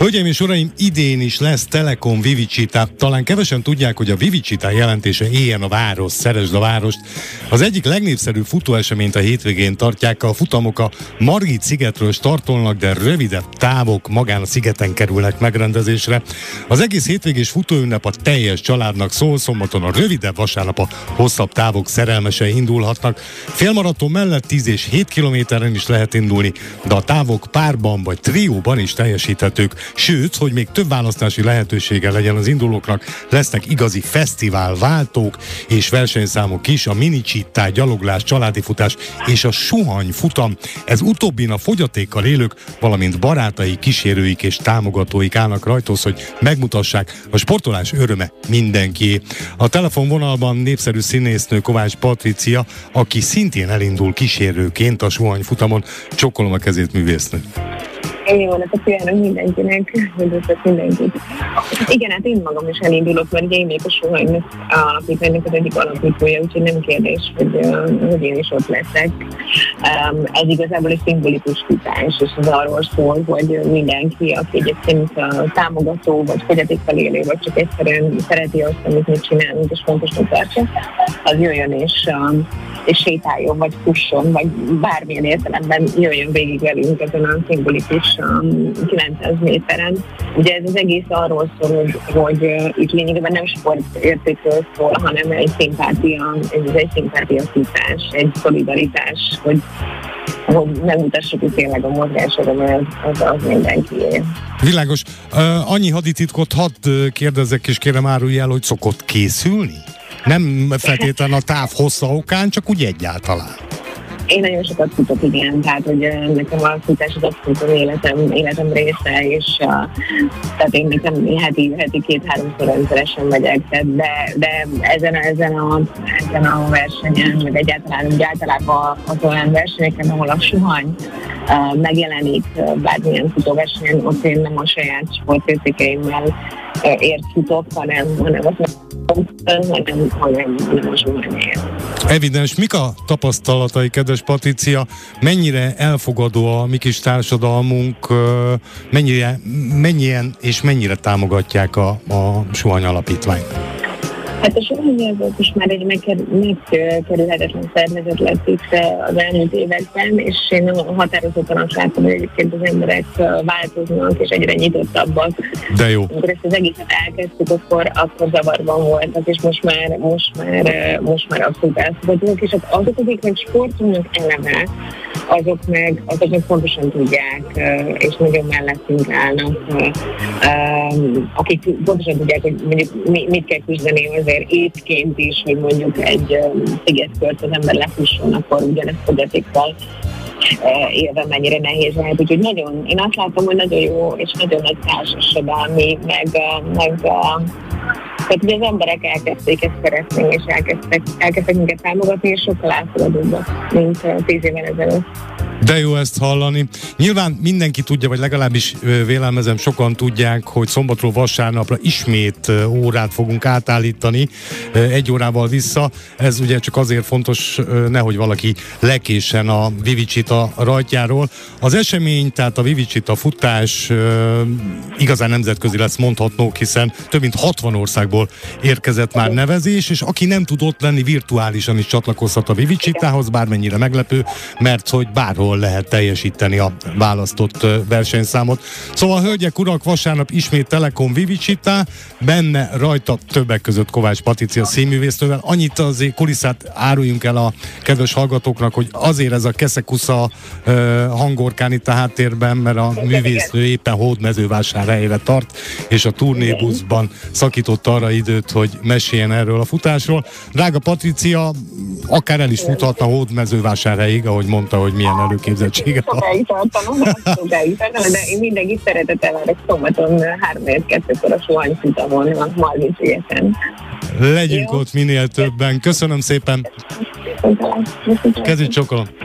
Hölgyeim és uraim, idén is lesz Telekom Vivicita. Talán kevesen tudják, hogy a Vivicita jelentése éljen a város, szeresd a várost. Az egyik legnépszerűbb futóeseményt a hétvégén tartják. A futamok a Margit-szigetről startolnak, de rövidebb távok magán a szigeten kerülnek megrendezésre. Az egész hétvégés futóünnep a teljes családnak szól, szombaton a rövidebb, vasárnap a hosszabb távok szerelmesei indulhatnak. Félmaraton mellett 10 és 7 kilométeren is lehet indulni, de a távok párban vagy trióban is teljesíthetők. Sőt, hogy még több választási lehetősége legyen az indulóknak, lesznek igazi fesztiválváltók és versenyszámok is, a minicsittá, gyaloglás, családi futás és a suhany futam. Ez utóbbin a fogyatékkal élők, valamint barátai, kísérőik és támogatóik állnak rajthoz, hogy megmutassák, a sportolás öröme mindenkié. A telefonvonalban népszerű színésznő Kovács Patricia, aki szintén elindul kísérőként a suhany futamon. Csókolom a kezét, művésznő. Jó napot kívánok mindenkinek, üdvözlök mindenkit. Igen, hát én magam is elindulok, mert én még a Suhany alapítványnak az egyik alapítója, úgyhogy nem kérdés, hogy én is ott leszek. Ez igazából egy szimbolikus futás, és ez arról szól, hogy mindenki, aki egyébként támogató, vagy fogyatékkal élő, vagy csak egyszerűen szereti azt, amit mi csinálunk, és fontosnak tartja, az jöjjön és sétáljon, vagy fusson, vagy bármilyen értelemben jöjjön végig velünk ezen a szimbolikus 900 méteren. Ugye ez az egész arról szól, hogy itt lényegében nem sportértékről szól, hanem egy szimpátia futás, egy szolidaritás, hogy megmutassuk, hogy tényleg a mozgásodon az mindenkié. Világos. Annyi hadititkot hadd kérdezzek, és kérem árulj el, hogy szokott készülni? Nem feltétlenül a táv hossza okán, csak úgy egyáltalán. Én nagyon sokat futok, igen, tehát hogy nekem a futás az abszolút az életem része, és tehát én nekem heti 2-3-szor rendszeresen megyek, de ezen a versenyen, vagy általában az olyan versenyeken, ahol a suhany megjelenik bármilyen futóversenyen, ott én nem a saját sportértékeimmel ért futok, hanem a suhanyért. Evidens. Mik a tapasztalatai, kedves Patricia? Mennyire elfogadó a mi kis társadalmunk, mennyien és mennyire támogatják a Suhany Alapítványt? Hát a Suhany most már egy megkerülhetetlen szervezet lett itt az elmúlt években, és én határozottan azt látom, hogy egyébként az emberek változnak, és egyre nyitottabbak. De jó. Amikor ezt az egészet elkezdtük, akkor zavarban voltak, és most már abszolút elfogadók, és hát azok, akik meg sportolnak eleve, azok meg pontosan tudják, és nagyon mellettünk állnak, akik pontosan tudják, hogy mondjuk mit kell küzdeni azért étként is, hogy mondjuk egy szigetkört az ember lefusson, akkor ugyanezt fogyatékkal élve mennyire nehéz lehet. Úgyhogy én azt látom, hogy nagyon jó és nagyon nagy társasági, meg tehát ugye az emberek elkezdték ezt szeretni, és elkezdtek minket támogatni, és sokkal elfogadóbbak, mint 10 évvel ezelőtt. De jó ezt hallani. Nyilván mindenki tudja, vagy legalábbis vélelmezem sokan tudják, hogy szombatról vasárnapra ismét órát fogunk átállítani, 1 órával vissza. Ez ugye csak azért fontos, nehogy valaki lekéssen a Vivicita rajtjáról. Az esemény, tehát a Vivicita futás igazán nemzetközi lesz, mondhatnók, hiszen több mint 60 országból érkezett már nevezés, és aki nem tud ott lenni, virtuálisan is csatlakozhat a Vivicitához, bármennyire meglepő, mert hogy bárhol lehet teljesíteni a választott versenyszámot. Szóval, hölgyek, urak, vasárnap ismét Telekom Vivicita, benne rajta többek között Kovács Patricia színművésznővel. Annyit azért kulisszát áruljunk el a kedves hallgatóknak, hogy azért ez a keszekusza hangorkán itt a háttérben, mert a művésznő éppen Hódmezővásárhelyre tart, és a turnébuszban szakított arra időt, hogy meséljen erről a futásról. Drága Patricia, akár el is futhatna Hódmezővásárhelyig, ahogy mondta, hogy milyen előképzettsége van. Sokáig tartanom, de én mindenki szeretettel várok szombaton 3-2-kor a Suhany futamon, a Margit-szigeten. Legyünk ott minél többen. Köszönöm szépen. Kezét csókolom.